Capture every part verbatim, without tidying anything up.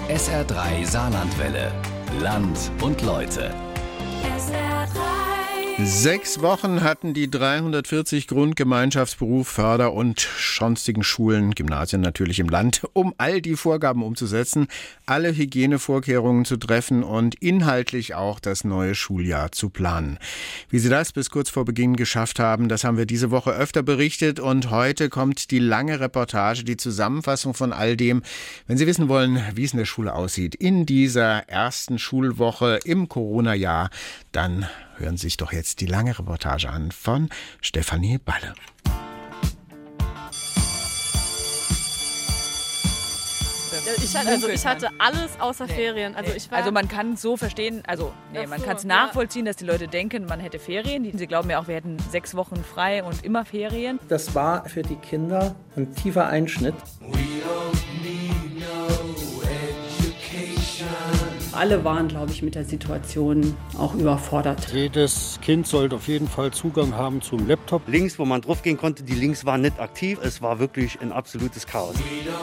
S R drei Saarlandwelle. Land und Leute. S R drei. Sechs Wochen hatten die dreihundertvierzig Grundgemeinschaftsberuf, Förder- und sonstigen Schulen, Gymnasien natürlich im Land, um all die Vorgaben umzusetzen, alle Hygienevorkehrungen zu treffen und inhaltlich auch das neue Schuljahr zu planen. Wie sie das bis kurz vor Beginn geschafft haben, das haben wir diese Woche öfter berichtet und heute kommt die lange Reportage, die Zusammenfassung von all dem. Wenn Sie wissen wollen, wie es in der Schule aussieht, in dieser ersten Schulwoche im Corona-Jahr, dann hören Sie sich doch jetzt die lange Reportage an von Stefanie Balle. Ich hatte, also ich hatte alles außer nee, Ferien. Also, nee. ich war also man kann es so verstehen, also nee, man kann es nachvollziehen, dass die Leute denken, man hätte Ferien. Sie glauben ja auch, wir hätten sechs Wochen frei und immer Ferien. Das war für die Kinder ein tiefer Einschnitt. Alle waren, glaube ich, mit der Situation auch überfordert. Jedes Kind sollte auf jeden Fall Zugang haben zum Laptop. Links, wo man drauf gehen konnte, die Links waren nicht aktiv. Es war wirklich ein absolutes Chaos.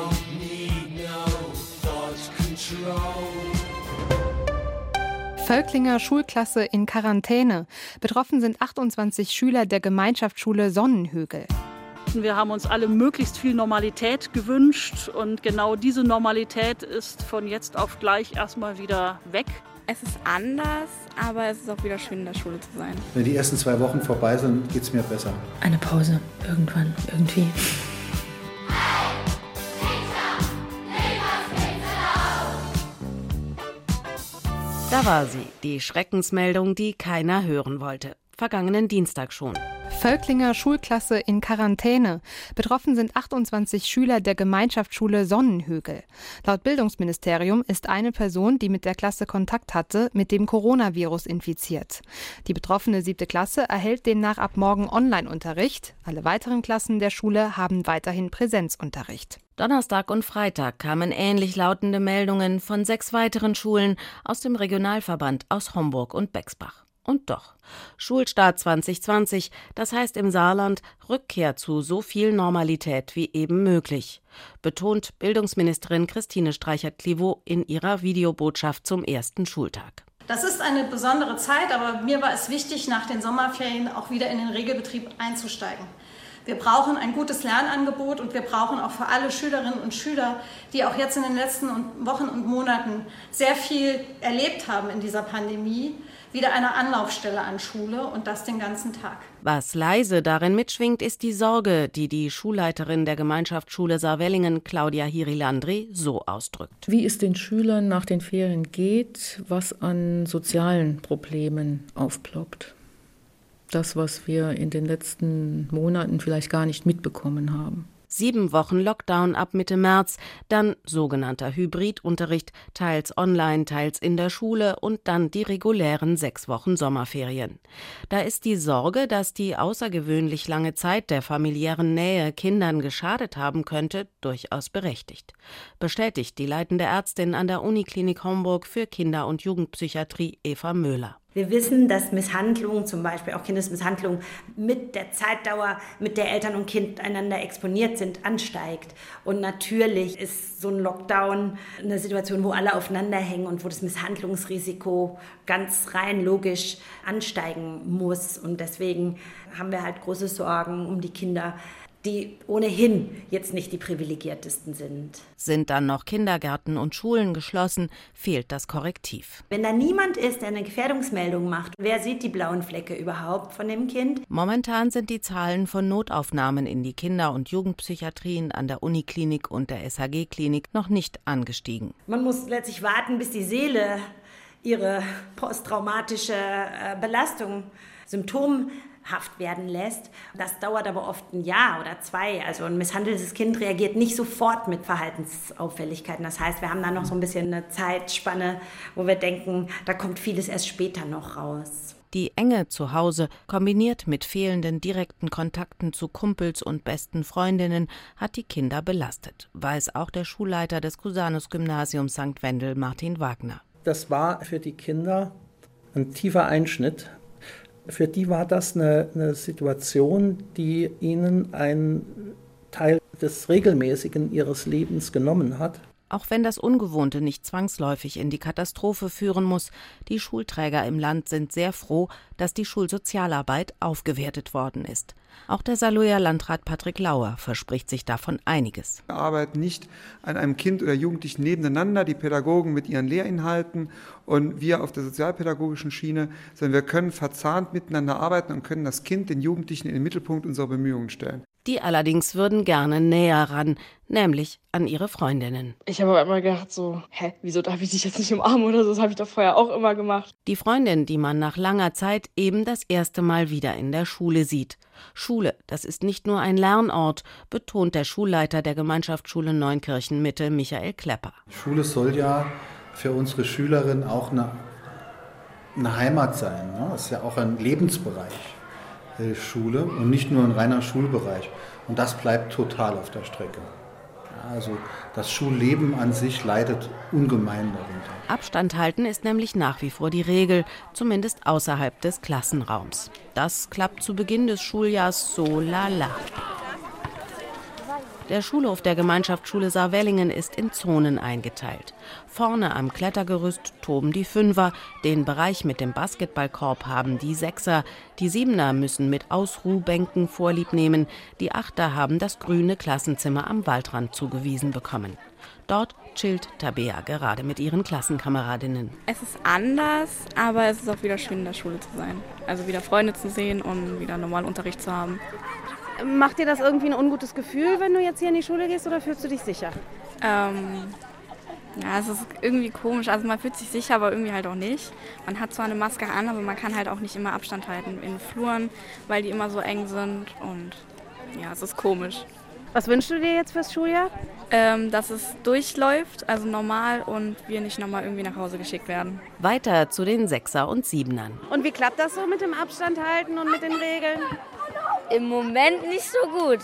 Völklinger Schulklasse in Quarantäne. Betroffen sind achtundzwanzig Schüler der Gemeinschaftsschule Sonnenhügel. Wir haben uns alle möglichst viel Normalität gewünscht und genau diese Normalität ist von jetzt auf gleich erstmal wieder weg. Es ist anders, aber es ist auch wieder schön, in der Schule zu sein. Wenn die ersten zwei Wochen vorbei sind, geht es mir besser. Eine Pause, irgendwann, irgendwie. Da war sie, die Schreckensmeldung, die keiner hören wollte. Vergangenen Dienstag schon. Völklinger Schulklasse in Quarantäne. Betroffen sind achtundzwanzig Schüler der Gemeinschaftsschule Sonnenhügel. Laut Bildungsministerium ist eine Person, die mit der Klasse Kontakt hatte, mit dem Coronavirus infiziert. Die betroffene siebte Klasse erhält demnach ab morgen Online-Unterricht. Alle weiteren Klassen der Schule haben weiterhin Präsenzunterricht. Donnerstag und Freitag kamen ähnlich lautende Meldungen von sechs weiteren Schulen aus dem Regionalverband aus Homburg und Bexbach. Und doch, Schulstart zwanzig zwanzig, das heißt im Saarland Rückkehr zu so viel Normalität wie eben möglich, betont Bildungsministerin Christine Streichert-Clivaux in ihrer Videobotschaft zum ersten Schultag. Das ist eine besondere Zeit, aber mir war es wichtig, nach den Sommerferien auch wieder in den Regelbetrieb einzusteigen. Wir brauchen ein gutes Lernangebot und wir brauchen auch für alle Schülerinnen und Schüler, die auch jetzt in den letzten Wochen und Monaten sehr viel erlebt haben in dieser Pandemie, wieder eine Anlaufstelle an Schule und das den ganzen Tag. Was leise darin mitschwingt, ist die Sorge, die die Schulleiterin der Gemeinschaftsschule Saarwellingen, Claudia Hirilandri, so ausdrückt. Wie es den Schülern nach den Ferien geht, was an sozialen Problemen aufploppt. Das, was wir in den letzten Monaten vielleicht gar nicht mitbekommen haben. Sieben Wochen Lockdown ab Mitte März, dann sogenannter Hybridunterricht, teils online, teils in der Schule und dann die regulären sechs Wochen Sommerferien. Da ist die Sorge, dass die außergewöhnlich lange Zeit der familiären Nähe Kindern geschadet haben könnte, durchaus berechtigt. Bestätigt die leitende Ärztin an der Uniklinik Homburg für Kinder- und Jugendpsychiatrie Eva Möhler. Wir wissen, dass Misshandlungen, zum Beispiel auch Kindesmisshandlungen, mit der Zeitdauer, mit der Eltern und Kind einander exponiert sind, ansteigt. Und natürlich ist so ein Lockdown eine Situation, wo alle aufeinander hängen und wo das Misshandlungsrisiko ganz rein logisch ansteigen muss. Und deswegen haben wir halt große Sorgen um die Kinder, die ohnehin jetzt nicht die privilegiertesten sind. Sind dann noch Kindergärten und Schulen geschlossen, fehlt das Korrektiv. Wenn da niemand ist, der eine Gefährdungsmeldung macht, wer sieht die blauen Flecke überhaupt von dem Kind? Momentan sind die Zahlen von Notaufnahmen in die Kinder- und Jugendpsychiatrien an der Uniklinik und der S H G-Klinik noch nicht angestiegen. Man muss letztlich warten, bis die Seele ihre posttraumatische Belastung, Symptom haft werden lässt. Das dauert aber oft ein Jahr oder zwei. Also ein misshandeltes Kind reagiert nicht sofort mit Verhaltensauffälligkeiten. Das heißt, wir haben da noch so ein bisschen eine Zeitspanne, wo wir denken, da kommt vieles erst später noch raus. Die Enge zu Hause, kombiniert mit fehlenden direkten Kontakten zu Kumpels und besten Freundinnen, hat die Kinder belastet, weiß auch der Schulleiter des Cusanus-Gymnasiums Sankt Wendel, Martin Wagner. Das war für die Kinder ein tiefer Einschnitt. Für die war das eine, eine Situation, die ihnen einen Teil des Regelmäßigen ihres Lebens genommen hat. Auch wenn das Ungewohnte nicht zwangsläufig in die Katastrophe führen muss, die Schulträger im Land sind sehr froh, dass die Schulsozialarbeit aufgewertet worden ist. Auch der Saarlouer Landrat Patrick Lauer verspricht sich davon einiges. Wir arbeiten nicht an einem Kind oder Jugendlichen nebeneinander, die Pädagogen mit ihren Lehrinhalten und wir auf der sozialpädagogischen Schiene, sondern wir können verzahnt miteinander arbeiten und können das Kind, den Jugendlichen in den Mittelpunkt unserer Bemühungen stellen. Die allerdings würden gerne näher ran, nämlich an ihre Freundinnen. Ich habe aber immer gedacht so, hä, wieso darf ich dich jetzt nicht umarmen oder so? Das habe ich doch vorher auch immer gemacht. Die Freundin, die man nach langer Zeit eben das erste Mal wieder in der Schule sieht. Schule, das ist nicht nur ein Lernort, betont der Schulleiter der Gemeinschaftsschule Neunkirchen Mitte, Michael Klepper. Schule soll ja für unsere Schülerinnen auch eine, eine Heimat sein. Ne? Das ist ja auch ein Lebensbereich. Schule und nicht nur ein reiner Schulbereich. Und das bleibt total auf der Strecke. Also das Schulleben an sich leidet ungemein darunter. Abstand halten ist nämlich nach wie vor die Regel, zumindest außerhalb des Klassenraums. Das klappt zu Beginn des Schuljahrs so lala. Der Schulhof der Gemeinschaftsschule Saarwellingen ist in Zonen eingeteilt. Vorne am Klettergerüst toben die Fünfer, den Bereich mit dem Basketballkorb haben die Sechser, die Siebener müssen mit Ausruhbänken Vorlieb nehmen, die Achter haben das grüne Klassenzimmer am Waldrand zugewiesen bekommen. Dort chillt Tabea gerade mit ihren Klassenkameradinnen. Es ist anders, aber es ist auch wieder schön, in der Schule zu sein. Also wieder Freunde zu sehen und wieder normalen Unterricht zu haben. Macht dir das irgendwie ein ungutes Gefühl, wenn du jetzt hier in die Schule gehst, oder fühlst du dich sicher? Ähm, ja, es ist irgendwie komisch. Also man fühlt sich sicher, aber irgendwie halt auch nicht. Man hat zwar eine Maske an, aber man kann halt auch nicht immer Abstand halten in Fluren, weil die immer so eng sind. Und ja, es ist komisch. Was wünschst du dir jetzt fürs Schuljahr? Ähm, dass es durchläuft, also normal, und wir nicht nochmal irgendwie nach Hause geschickt werden. Weiter zu den Sechser und Siebenern. Und wie klappt das so mit dem Abstand halten und mit den Regeln? Im Moment nicht so gut.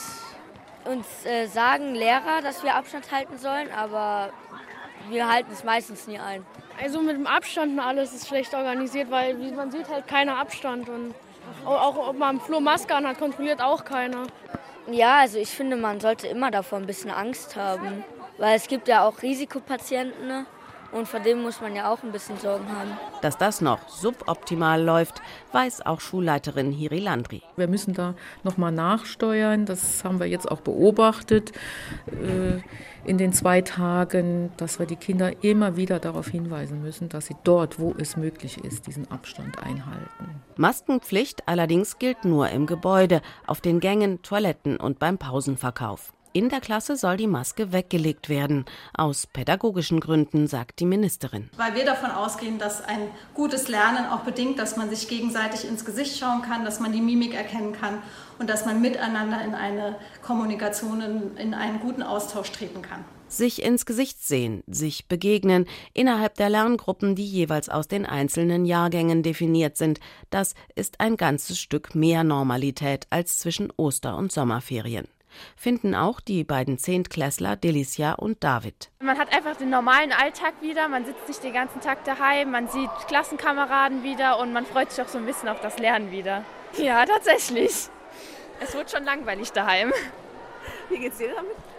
Uns äh, sagen Lehrer, dass wir Abstand halten sollen, aber wir halten es meistens nie ein. Also mit dem Abstand und alles ist schlecht organisiert, weil wie man sieht, halt keiner Abstand. Und auch ob man am Flur Maske anhat, kontrolliert auch keiner. Ja, also ich finde, man sollte immer davor ein bisschen Angst haben, weil es gibt ja auch Risikopatienten, ne? Und vor dem muss man ja auch ein bisschen Sorgen haben. Dass das noch suboptimal läuft, weiß auch Schulleiterin Hiri Landry. Wir müssen da nochmal nachsteuern. Das haben wir jetzt auch beobachtet äh, in den zwei Tagen, dass wir die Kinder immer wieder darauf hinweisen müssen, dass sie dort, wo es möglich ist, diesen Abstand einhalten. Maskenpflicht allerdings gilt nur im Gebäude, auf den Gängen, Toiletten und beim Pausenverkauf. In der Klasse soll die Maske weggelegt werden. Aus pädagogischen Gründen, sagt die Ministerin. Weil wir davon ausgehen, dass ein gutes Lernen auch bedingt, dass man sich gegenseitig ins Gesicht schauen kann, dass man die Mimik erkennen kann und dass man miteinander in eine Kommunikation, in, in einen guten Austausch treten kann. Sich ins Gesicht sehen, sich begegnen, innerhalb der Lerngruppen, die jeweils aus den einzelnen Jahrgängen definiert sind, das ist ein ganzes Stück mehr Normalität als zwischen Oster- und Sommerferien. Finden auch die beiden Zehntklässler Delicia und David. Man hat einfach den normalen Alltag wieder, man sitzt nicht den ganzen Tag daheim, man sieht Klassenkameraden wieder und man freut sich auch so ein bisschen auf das Lernen wieder. Ja, tatsächlich. Es wird schon langweilig daheim. Wie geht's dir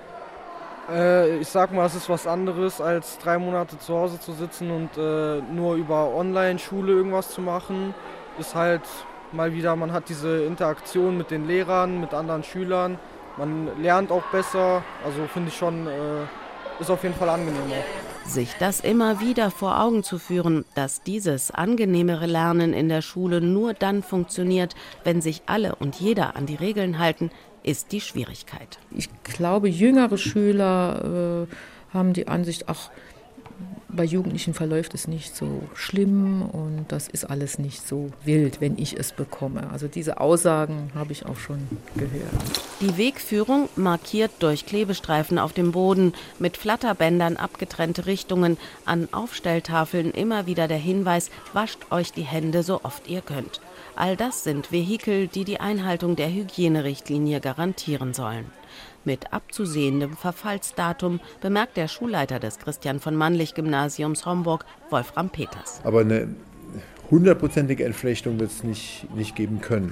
damit? Äh, ich sag mal, es ist was anderes, als drei Monate zu Hause zu sitzen und äh, nur über Online-Schule irgendwas zu machen. Ist halt mal wieder, man hat diese Interaktion mit den Lehrern, mit anderen Schülern. Man lernt auch besser, also finde ich schon, äh, ist auf jeden Fall angenehmer. Sich das immer wieder vor Augen zu führen, dass dieses angenehmere Lernen in der Schule nur dann funktioniert, wenn sich alle und jeder an die Regeln halten, ist die Schwierigkeit. Ich glaube, jüngere Schüler äh, haben die Ansicht, ach, bei Jugendlichen verläuft es nicht so schlimm und das ist alles nicht so wild, wenn ich es bekomme. Also diese Aussagen habe ich auch schon gehört. Die Wegführung markiert durch Klebestreifen auf dem Boden, mit Flatterbändern abgetrennte Richtungen, an Aufstelltafeln immer wieder der Hinweis, wascht euch die Hände so oft ihr könnt. All das sind Vehikel, die die Einhaltung der Hygienerichtlinie garantieren sollen. Mit abzusehendem Verfallsdatum bemerkt der Schulleiter des Christian-von-Mannlich-Gymnasiums Homburg, Wolfram Peters. Aber eine hundertprozentige Entflechtung wird es nicht, nicht geben können.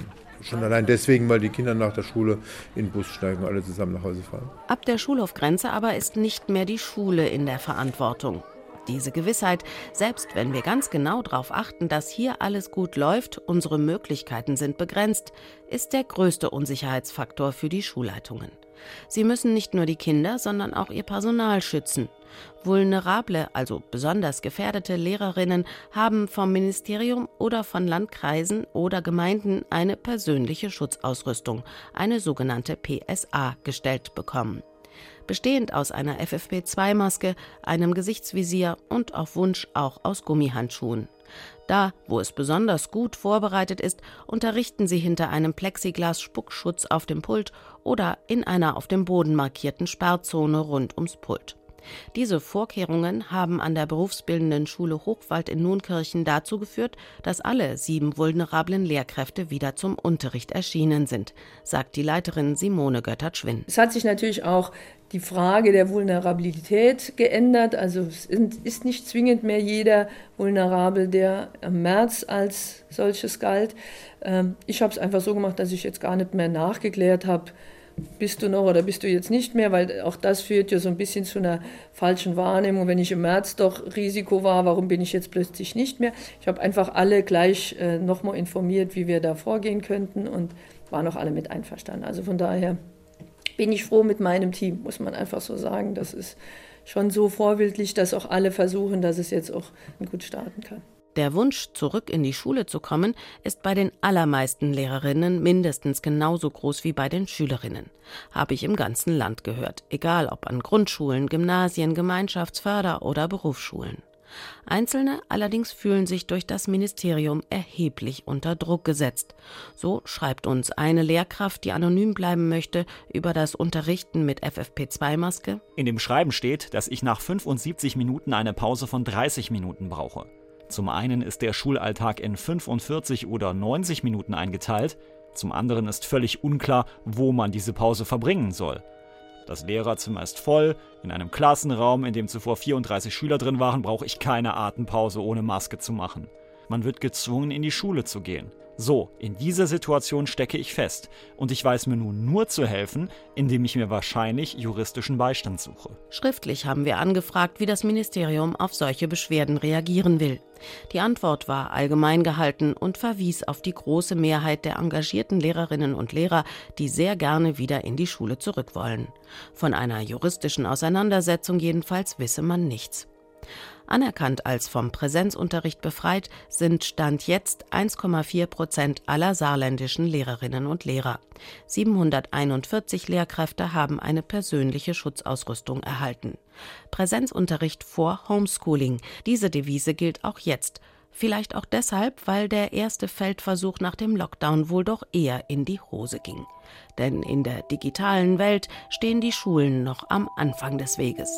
Schon allein deswegen, weil die Kinder nach der Schule in den Bus steigen, alle zusammen nach Hause fahren. Ab der Schulhofgrenze aber ist nicht mehr die Schule in der Verantwortung. Diese Gewissheit, selbst wenn wir ganz genau darauf achten, dass hier alles gut läuft, unsere Möglichkeiten sind begrenzt, ist der größte Unsicherheitsfaktor für die Schulleitungen. Sie müssen nicht nur die Kinder, sondern auch ihr Personal schützen. Vulnerable, also besonders gefährdete Lehrerinnen haben vom Ministerium oder von Landkreisen oder Gemeinden eine persönliche Schutzausrüstung, eine sogenannte P S A, gestellt bekommen. Bestehend aus einer F F P zwei Maske, einem Gesichtsvisier und auf Wunsch auch aus Gummihandschuhen. Da, wo es besonders gut vorbereitet ist, unterrichten sie hinter einem Plexiglas-Spuckschutz auf dem Pult oder in einer auf dem Boden markierten Sperrzone rund ums Pult. Diese Vorkehrungen haben an der berufsbildenden Schule Hochwald in Nuenkirchen dazu geführt, dass alle sieben vulnerablen Lehrkräfte wieder zum Unterricht erschienen sind, sagt die Leiterin Simone Göttert-Schwinn. Es hat sich natürlich auch die Frage der Vulnerabilität geändert. Also es ist nicht zwingend mehr jeder vulnerabel, der am März als solches galt. Ich habe es einfach so gemacht, dass ich jetzt gar nicht mehr nachgeklärt habe, bist du noch oder bist du jetzt nicht mehr, weil auch das führt ja so ein bisschen zu einer falschen Wahrnehmung. Wenn ich im März doch Risiko war, warum bin ich jetzt plötzlich nicht mehr? Ich habe einfach alle gleich äh, nochmal informiert, wie wir da vorgehen könnten und waren auch alle mit einverstanden. Also von daher bin ich froh mit meinem Team, muss man einfach so sagen. Das ist schon so vorbildlich, dass auch alle versuchen, dass es jetzt auch gut starten kann. Der Wunsch, zurück in die Schule zu kommen, ist bei den allermeisten Lehrerinnen mindestens genauso groß wie bei den Schülerinnen. Habe ich im ganzen Land gehört, egal ob an Grundschulen, Gymnasien, Gemeinschaftsförder- oder Berufsschulen. Einzelne allerdings fühlen sich durch das Ministerium erheblich unter Druck gesetzt. So schreibt uns eine Lehrkraft, die anonym bleiben möchte, über das Unterrichten mit F F P zwei Maske. In dem Schreiben steht, dass ich nach fünfundsiebzig Minuten eine Pause von dreißig Minuten brauche. Zum einen ist der Schulalltag in fünfundvierzig oder neunzig Minuten eingeteilt, zum anderen ist völlig unklar, wo man diese Pause verbringen soll. Das Lehrerzimmer ist voll, in einem Klassenraum, in dem zuvor vierunddreißig Schüler drin waren, brauche ich keine Atempause ohne Maske zu machen. Man wird gezwungen, in die Schule zu gehen. So, in dieser Situation stecke ich fest und ich weiß mir nun nur zu helfen, indem ich mir wahrscheinlich juristischen Beistand suche. Schriftlich haben wir angefragt, wie das Ministerium auf solche Beschwerden reagieren will. Die Antwort war allgemein gehalten und verwies auf die große Mehrheit der engagierten Lehrerinnen und Lehrer, die sehr gerne wieder in die Schule zurück wollen. Von einer juristischen Auseinandersetzung jedenfalls wisse man nichts. Anerkannt als vom Präsenzunterricht befreit sind Stand jetzt eins Komma vier Prozent aller saarländischen Lehrerinnen und Lehrer. siebenhunderteinundvierzig Lehrkräfte haben eine persönliche Schutzausrüstung erhalten. Präsenzunterricht vor Homeschooling. Diese Devise gilt auch jetzt. Vielleicht auch deshalb, weil der erste Feldversuch nach dem Lockdown wohl doch eher in die Hose ging. Denn in der digitalen Welt stehen die Schulen noch am Anfang des Weges.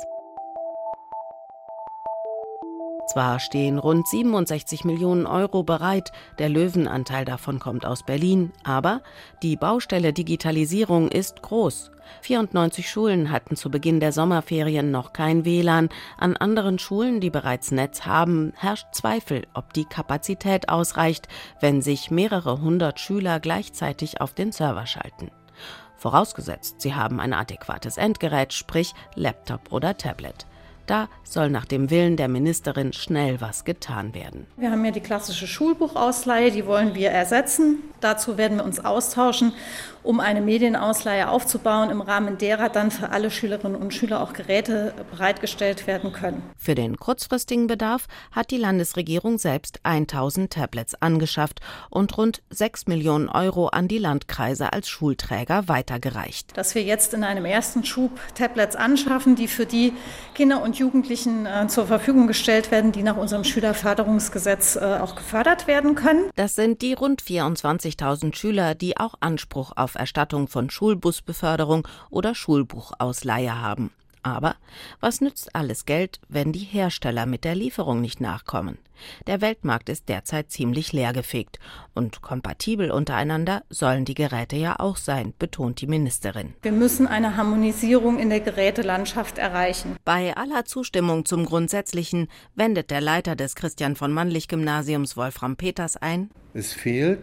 Zwar stehen rund siebenundsechzig Millionen Euro bereit, der Löwenanteil davon kommt aus Berlin, aber die Baustelle Digitalisierung ist groß. vierundneunzig Schulen hatten zu Beginn der Sommerferien noch kein W L A N. An anderen Schulen, die bereits Netz haben, herrscht Zweifel, ob die Kapazität ausreicht, wenn sich mehrere hundert Schüler gleichzeitig auf den Server schalten. Vorausgesetzt, sie haben ein adäquates Endgerät, sprich Laptop oder Tablet. Da soll nach dem Willen der Ministerin schnell was getan werden. Wir haben ja die klassische Schulbuchausleihe, die wollen wir ersetzen. Dazu werden wir uns austauschen, um eine Medienausleihe aufzubauen, im Rahmen derer dann für alle Schülerinnen und Schüler auch Geräte bereitgestellt werden können. Für den kurzfristigen Bedarf hat die Landesregierung selbst tausend Tablets angeschafft und rund sechs Millionen Euro an die Landkreise als Schulträger weitergereicht. Dass wir jetzt in einem ersten Schub Tablets anschaffen, die für die Kinder und Jugendlichen äh, zur Verfügung gestellt werden, die nach unserem Schülerförderungsgesetz äh, auch gefördert werden können. Das sind die rund vierundzwanzigtausend Schüler, die auch Anspruch auf Erstattung von Schulbusbeförderung oder Schulbuchausleihe haben. Aber was nützt alles Geld, wenn die Hersteller mit der Lieferung nicht nachkommen? Der Weltmarkt ist derzeit ziemlich leergefegt und kompatibel untereinander sollen die Geräte ja auch sein, betont die Ministerin. Wir müssen eine Harmonisierung in der Gerätelandschaft erreichen. Bei aller Zustimmung zum Grundsätzlichen wendet der Leiter des Christian-von-Mannlich-Gymnasiums Wolfram Peters ein: Es fehlt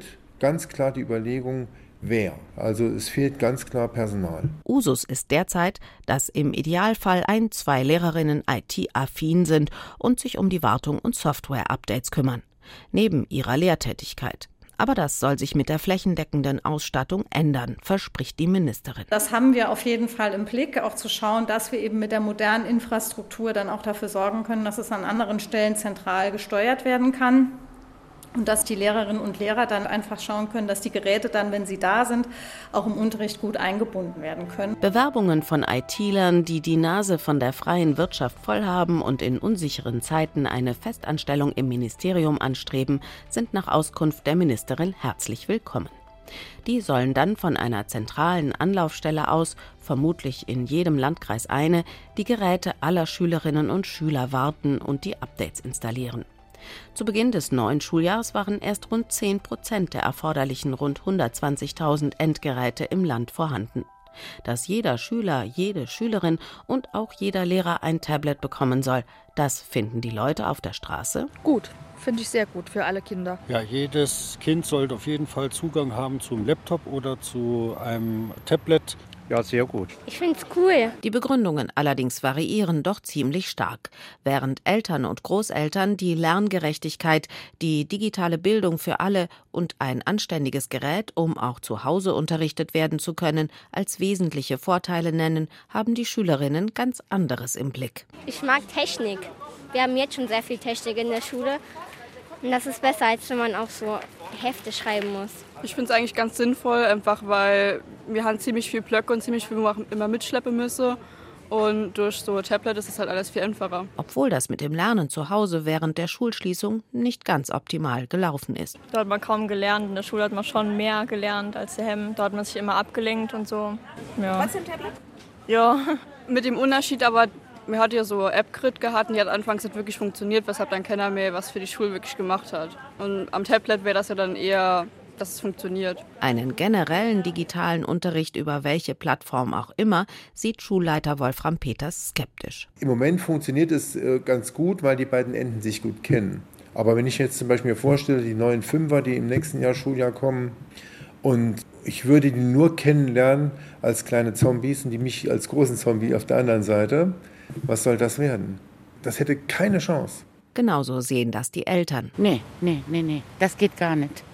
ganz klar die Überlegung, wer. Also es fehlt ganz klar Personal. Usus ist derzeit, dass im Idealfall ein, zwei Lehrerinnen I T-affin sind und sich um die Wartung und Software-Updates kümmern, neben ihrer Lehrtätigkeit. Aber das soll sich mit der flächendeckenden Ausstattung ändern, verspricht die Ministerin. Das haben wir auf jeden Fall im Blick, auch zu schauen, dass wir eben mit der modernen Infrastruktur dann auch dafür sorgen können, dass es an anderen Stellen zentral gesteuert werden kann. Und dass die Lehrerinnen und Lehrer dann einfach schauen können, dass die Geräte dann, wenn sie da sind, auch im Unterricht gut eingebunden werden können. Bewerbungen von I T-Lern, die die Nase von der freien Wirtschaft voll haben und in unsicheren Zeiten eine Festanstellung im Ministerium anstreben, sind nach Auskunft der Ministerin herzlich willkommen. Die sollen dann von einer zentralen Anlaufstelle aus, vermutlich in jedem Landkreis eine, die Geräte aller Schülerinnen und Schüler warten und die Updates installieren. Zu Beginn des neuen Schuljahres waren erst rund zehn Prozent der erforderlichen rund hundertzwanzigtausend Endgeräte im Land vorhanden. Dass jeder Schüler, jede Schülerin und auch jeder Lehrer ein Tablet bekommen soll, das finden die Leute auf der Straße gut. Finde ich sehr gut für alle Kinder. Ja, jedes Kind sollte auf jeden Fall Zugang haben zum Laptop oder zu einem Tablet. Ja, sehr gut. Ich finde es cool. Die Begründungen allerdings variieren doch ziemlich stark. Während Eltern und Großeltern die Lerngerechtigkeit, die digitale Bildung für alle und ein anständiges Gerät, um auch zu Hause unterrichtet werden zu können, als wesentliche Vorteile nennen, haben die Schülerinnen ganz anderes im Blick. Ich mag Technik. Wir haben jetzt schon sehr viel Technik in der Schule. Und das ist besser, als wenn man auch so Hefte schreiben muss. Ich finde es eigentlich ganz sinnvoll, einfach weil wir haben ziemlich viel Blöcke und ziemlich viel immer mitschleppen müssen. Und durch so Tablet ist es halt alles viel einfacher. Obwohl das mit dem Lernen zu Hause während der Schulschließung nicht ganz optimal gelaufen ist. Da hat man kaum gelernt. In der Schule hat man schon mehr gelernt als daheim. Da hat man sich immer abgelenkt und so. Ja. Trotzdem Tablet? Ja, mit dem Unterschied aber, wir hatten ja so App-Crit gehabt und die hat anfangs nicht wirklich funktioniert, weshalb dann keiner mehr was für die Schule wirklich gemacht hat. Und am Tablet wäre das ja dann eher, dass es funktioniert. Einen generellen digitalen Unterricht über welche Plattform auch immer sieht Schulleiter Wolfram Peters skeptisch. Im Moment funktioniert es äh, ganz gut, weil die beiden Enden sich gut kennen. Aber wenn ich jetzt zum Beispiel mir vorstelle, die neuen Fünfer, die im nächsten Jahr Schuljahr kommen, und ich würde die nur kennenlernen als kleine Zombies und die mich als großen Zombie auf der anderen Seite, was soll das werden? Das hätte keine Chance. Genauso sehen das die Eltern. Nee, nee, nee, nee, das geht gar nicht.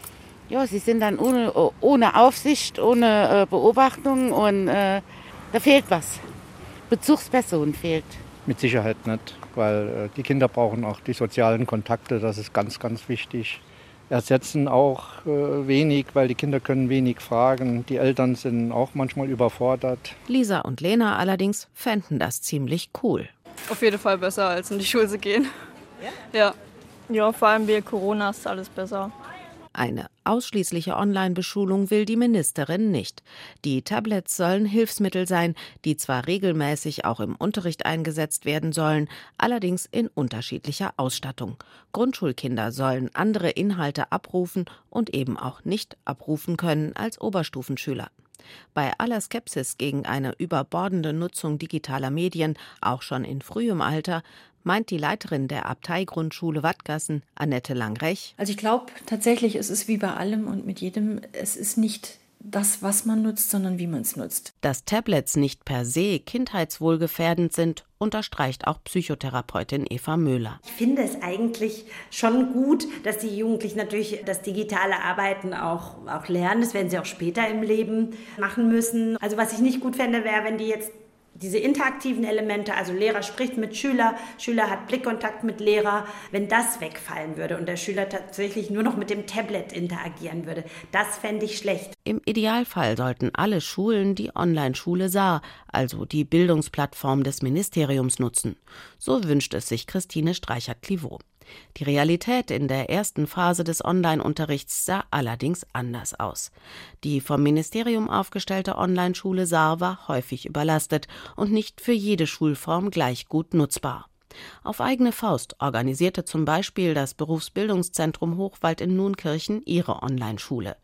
Ja, sie sind dann ohne, ohne Aufsicht, ohne äh, Beobachtung und äh, da fehlt was. Bezugsperson fehlt. Mit Sicherheit nicht, weil äh, die Kinder brauchen auch die sozialen Kontakte, das ist ganz, ganz wichtig. Ersetzen auch äh, wenig, weil die Kinder können wenig fragen. Die Eltern sind auch manchmal überfordert. Lisa und Lena allerdings fänden das ziemlich cool. Auf jeden Fall besser, als in die Schule zu gehen. Ja? Ja. Ja, vor allem wegen Corona ist alles besser. Eine ausschließliche Online-Beschulung will die Ministerin nicht. Die Tablets sollen Hilfsmittel sein, die zwar regelmäßig auch im Unterricht eingesetzt werden sollen, allerdings in unterschiedlicher Ausstattung. Grundschulkinder sollen andere Inhalte abrufen und eben auch nicht abrufen können als Oberstufenschüler. Bei aller Skepsis gegen eine überbordende Nutzung digitaler Medien, auch schon in frühem Alter, meint die Leiterin der Abteigrundschule Wattgassen, Annette Langrech. Also ich glaube tatsächlich, es ist wie bei allem und mit jedem, es ist nicht das, was man nutzt, sondern wie man es nutzt. Dass Tablets nicht per se kindheitswohlgefährdend sind, unterstreicht auch Psychotherapeutin Eva Möhler. Ich finde es eigentlich schon gut, dass die Jugendlichen natürlich das digitale Arbeiten auch, auch lernen. Das werden sie auch später im Leben machen müssen. Also was ich nicht gut fände, wäre, wenn die jetzt diese interaktiven Elemente, also Lehrer spricht mit Schüler, Schüler hat Blickkontakt mit Lehrer, wenn das wegfallen würde und der Schüler tatsächlich nur noch mit dem Tablet interagieren würde, das fände ich schlecht. Im Idealfall sollten alle Schulen die Online-Schule S A R, also die Bildungsplattform des Ministeriums, nutzen. So wünscht es sich Christine Streichert-Clivaux. Die Realität in der ersten Phase des Online-Unterrichts sah allerdings anders aus. Die vom Ministerium aufgestellte Online-Schule S A R war häufig überlastet und nicht für jede Schulform gleich gut nutzbar. Auf eigene Faust organisierte zum Beispiel das Berufsbildungszentrum Hochwald in Nuenkirchen ihre Online-Schule.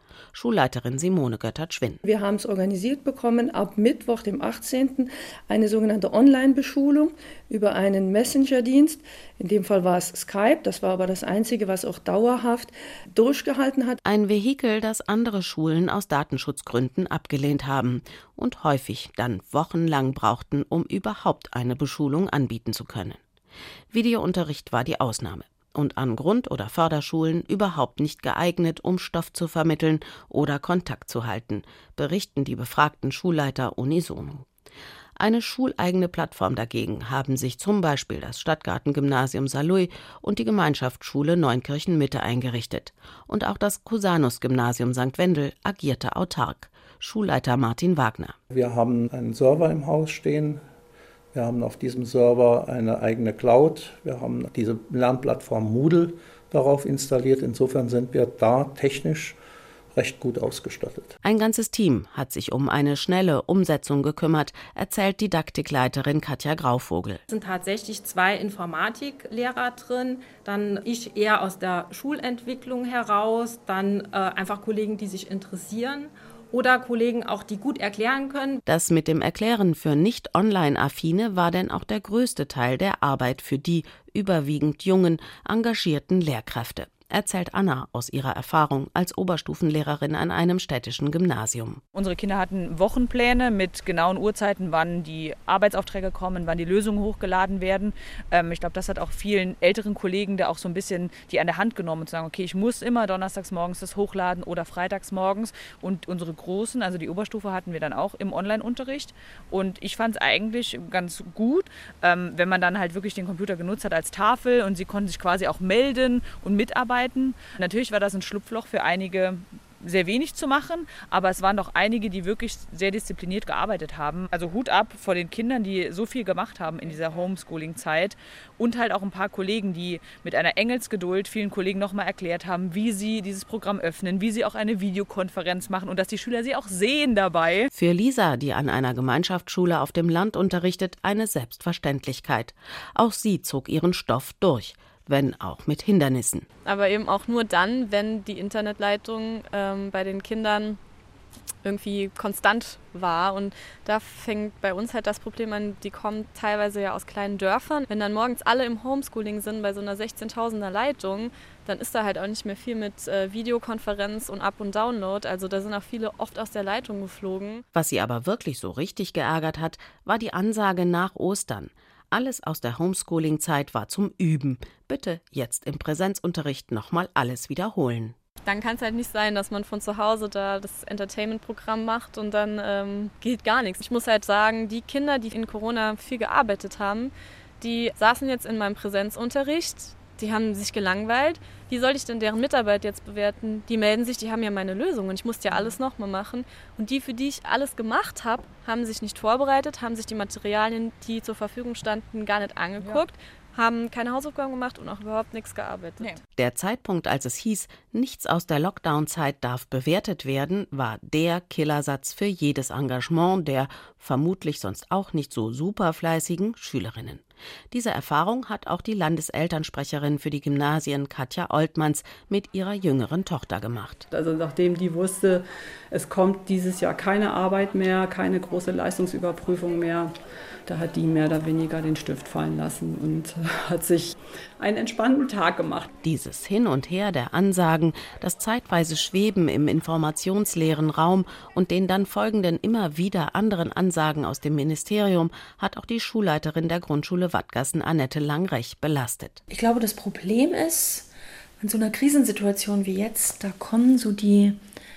Schulleiterin Simone Göttert-Schwinn. Wir haben es organisiert bekommen, ab Mittwoch, dem achtzehnten eine sogenannte Online-Beschulung über einen Messenger-Dienst. In dem Fall war es Skype, das war aber das Einzige, was auch dauerhaft durchgehalten hat. Ein Vehikel, das andere Schulen aus Datenschutzgründen abgelehnt haben und häufig dann wochenlang brauchten, um überhaupt eine Beschulung anbieten zu können. Videounterricht war die Ausnahme und an Grund- oder Förderschulen überhaupt nicht geeignet, um Stoff zu vermitteln oder Kontakt zu halten, berichten die befragten Schulleiter unisono. Eine schuleigene Plattform dagegen haben sich zum Beispiel das Stadtgartengymnasium Saarlouis und die Gemeinschaftsschule Neunkirchen-Mitte eingerichtet. Und auch das Cusanus-Gymnasium Sankt Wendel agierte autark. Schulleiter Martin Wagner. Wir haben einen Server im Haus stehen. Wir haben auf diesem Server eine eigene Cloud. Wir haben diese Lernplattform Moodle darauf installiert. Insofern sind wir da technisch recht gut ausgestattet. Ein ganzes Team hat sich um eine schnelle Umsetzung gekümmert, erzählt Didaktikleiterin Katja Grauvogel. Es sind tatsächlich zwei Informatiklehrer drin, dann ich eher aus der Schulentwicklung heraus, dann äh, einfach Kollegen, die sich interessieren. Oder Kollegen auch, die gut erklären können. Das mit dem Erklären für nicht-online-Affine war denn auch der größte Teil der Arbeit für die überwiegend jungen, engagierten Lehrkräfte, erzählt Anna aus ihrer Erfahrung als Oberstufenlehrerin an einem städtischen Gymnasium. Unsere Kinder hatten Wochenpläne mit genauen Uhrzeiten, wann die Arbeitsaufträge kommen, wann die Lösungen hochgeladen werden. Ähm, ich glaube, das hat auch vielen älteren Kollegen da auch so ein bisschen die an der Hand genommen und zu sagen, okay, ich muss immer donnerstags morgens das hochladen oder freitags morgens. Und unsere Großen, also die Oberstufe, hatten wir dann auch im Online-Unterricht. Und ich fand es eigentlich ganz gut, ähm, wenn man dann halt wirklich den Computer genutzt hat als Tafel und sie konnten sich quasi auch melden und mitarbeiten. Natürlich war das ein Schlupfloch für einige, sehr wenig zu machen, aber es waren doch einige, die wirklich sehr diszipliniert gearbeitet haben. Also Hut ab vor den Kindern, die so viel gemacht haben in dieser Homeschooling-Zeit und halt auch ein paar Kollegen, die mit einer Engelsgeduld vielen Kollegen nochmal erklärt haben, wie sie dieses Programm öffnen, wie sie auch eine Videokonferenz machen und dass die Schüler sie auch sehen dabei. Für Lisa, die an einer Gemeinschaftsschule auf dem Land unterrichtet, eine Selbstverständlichkeit. Auch sie zog ihren Stoff durch, wenn auch mit Hindernissen. Aber eben auch nur dann, wenn die Internetleitung ähm, bei den Kindern irgendwie konstant war. Und da fängt bei uns halt das Problem an, die kommen teilweise ja aus kleinen Dörfern. Wenn dann morgens alle im Homeschooling sind bei so einer sechzehntausender Leitung, dann ist da halt auch nicht mehr viel mit äh, Videokonferenz und Up- und Download. Also da sind auch viele oft aus der Leitung geflogen. Was sie aber wirklich so richtig geärgert hat, war die Ansage nach Ostern. Alles aus der Homeschooling-Zeit war zum Üben. Bitte jetzt im Präsenzunterricht nochmal alles wiederholen. Dann kann es halt nicht sein, dass man von zu Hause da das Entertainment-Programm macht und dann ähm, geht gar nichts. Ich muss halt sagen, die Kinder, die in Corona viel gearbeitet haben, die saßen jetzt in meinem Präsenzunterricht, die haben sich gelangweilt. Wie soll ich denn deren Mitarbeit jetzt bewerten? Die melden sich, die haben ja meine Lösung und ich musste ja alles nochmal machen. Und die, für die ich alles gemacht habe, haben sich nicht vorbereitet, haben sich die Materialien, die zur Verfügung standen, gar nicht angeguckt, ja. haben keine Hausaufgaben gemacht und auch überhaupt nichts gearbeitet. Nee. Der Zeitpunkt, als es hieß, nichts aus der Lockdown-Zeit darf bewertet werden, war der Killersatz für jedes Engagement der vermutlich sonst auch nicht so superfleißigen Schülerinnen. Diese Erfahrung hat auch die Landeselternsprecherin für die Gymnasien Katja Oltmanns mit ihrer jüngeren Tochter gemacht. Also nachdem die wusste, es kommt dieses Jahr keine Arbeit mehr, keine große Leistungsüberprüfung mehr, da hat die mehr oder weniger den Stift fallen lassen und hat sich einen entspannten Tag gemacht. Dieses Hin und Her der Ansagen, das zeitweise Schweben im informationsleeren Raum und den dann folgenden immer wieder anderen Ansagen aus dem Ministerium hat auch die Schulleiterin der Grundschule Wattgassen, Annette Langrech, belastet. Ich glaube, das Problem ist, in so einer Krisensituation wie jetzt, da kommen so die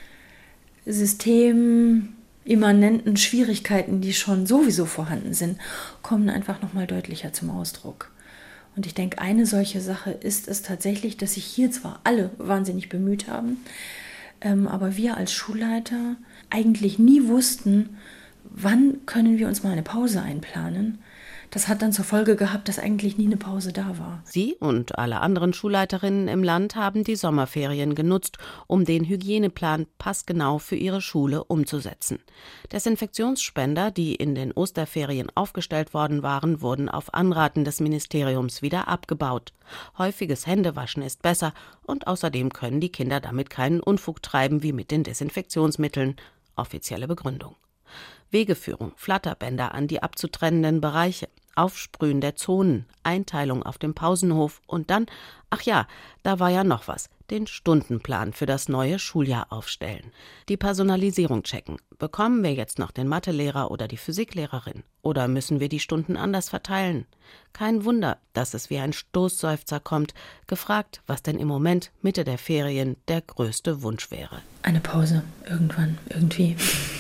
systemimmanenten Schwierigkeiten, die schon sowieso vorhanden sind, kommen einfach nochmal deutlicher zum Ausdruck. Und ich denke, eine solche Sache ist es tatsächlich, dass sich hier zwar alle wahnsinnig bemüht haben, ähm, aber wir als Schulleiter eigentlich nie wussten, wann können wir uns mal eine Pause einplanen, Das hat dann zur Folge gehabt, dass eigentlich nie eine Pause da war. Sie und alle anderen Schulleiterinnen im Land haben die Sommerferien genutzt, um den Hygieneplan passgenau für ihre Schule umzusetzen. Desinfektionsspender, die in den Osterferien aufgestellt worden waren, wurden auf Anraten des Ministeriums wieder abgebaut. Häufiges Händewaschen ist besser und außerdem können die Kinder damit keinen Unfug treiben wie mit den Desinfektionsmitteln. Offizielle Begründung. Wegeführung, Flatterbänder an die abzutrennenden Bereiche, Aufsprühen der Zonen, Einteilung auf dem Pausenhof und dann, ach ja, da war ja noch was, den Stundenplan für das neue Schuljahr aufstellen. Die Personalisierung checken. Bekommen wir jetzt noch den Mathelehrer oder die Physiklehrerin? Oder müssen wir die Stunden anders verteilen? Kein Wunder, dass es wie ein Stoßseufzer kommt, gefragt, was denn im Moment Mitte der Ferien der größte Wunsch wäre. Eine Pause, irgendwann, irgendwie.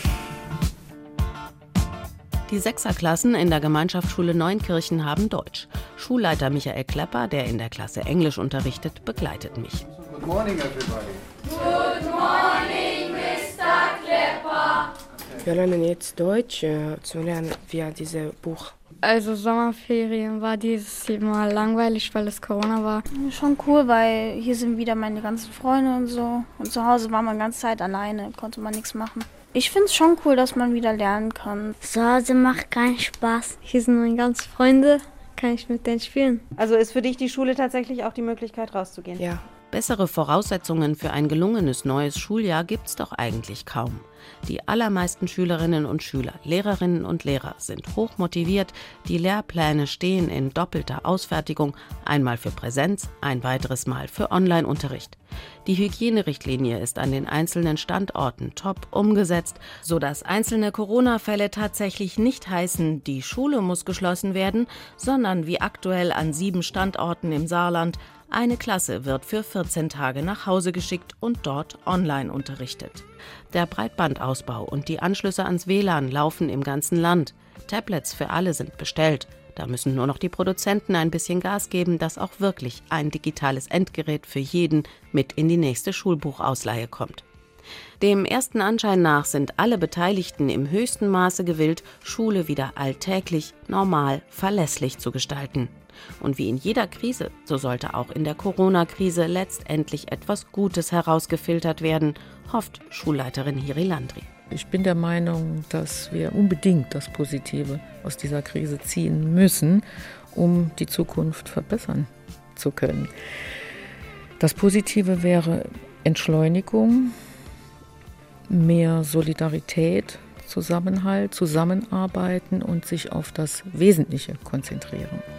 Die Sechserklassen in der Gemeinschaftsschule Neunkirchen haben Deutsch. Schulleiter Michael Klepper, der in der Klasse Englisch unterrichtet, begleitet mich. Good morning, everybody. Good morning, Mister Klepper. Wir lernen jetzt Deutsch äh, zu lernen via dieses Buch. Also Sommerferien war dieses Mal langweilig, weil es Corona war. Schon cool, weil hier sind wieder meine ganzen Freunde und so. Und zu Hause war man die ganze Zeit alleine, konnte man nichts machen. Ich finde es schon cool, dass man wieder lernen kann. Zu Hause macht keinen Spaß. Hier sind meine ganzen Freunde, kann ich mit denen spielen. Also ist für dich die Schule tatsächlich auch die Möglichkeit, rauszugehen? Ja. Bessere Voraussetzungen für ein gelungenes neues Schuljahr gibt's doch eigentlich kaum. Die allermeisten Schülerinnen und Schüler, Lehrerinnen und Lehrer sind hochmotiviert, die Lehrpläne stehen in doppelter Ausfertigung, einmal für Präsenz, ein weiteres Mal für Online-Unterricht. Die Hygienerichtlinie ist an den einzelnen Standorten top umgesetzt, sodass einzelne Corona-Fälle tatsächlich nicht heißen, die Schule muss geschlossen werden, sondern wie aktuell an sieben Standorten im Saarland, eine Klasse wird für vierzehn Tage nach Hause geschickt und dort online unterrichtet. Der Breitbandausbau und die Anschlüsse ans W L A N laufen im ganzen Land. Tablets für alle sind bestellt. Da müssen nur noch die Produzenten ein bisschen Gas geben, dass auch wirklich ein digitales Endgerät für jeden mit in die nächste Schulbuchausleihe kommt. Dem ersten Anschein nach sind alle Beteiligten im höchsten Maße gewillt, Schule wieder alltäglich, normal, verlässlich zu gestalten. Und wie in jeder Krise, so sollte auch in der Corona-Krise letztendlich etwas Gutes herausgefiltert werden, hofft Schulleiterin Hiri Landry. Ich bin der Meinung, dass wir unbedingt das Positive aus dieser Krise ziehen müssen, um die Zukunft verbessern zu können. Das Positive wäre Entschleunigung, mehr Solidarität, Zusammenhalt, Zusammenarbeiten und sich auf das Wesentliche konzentrieren.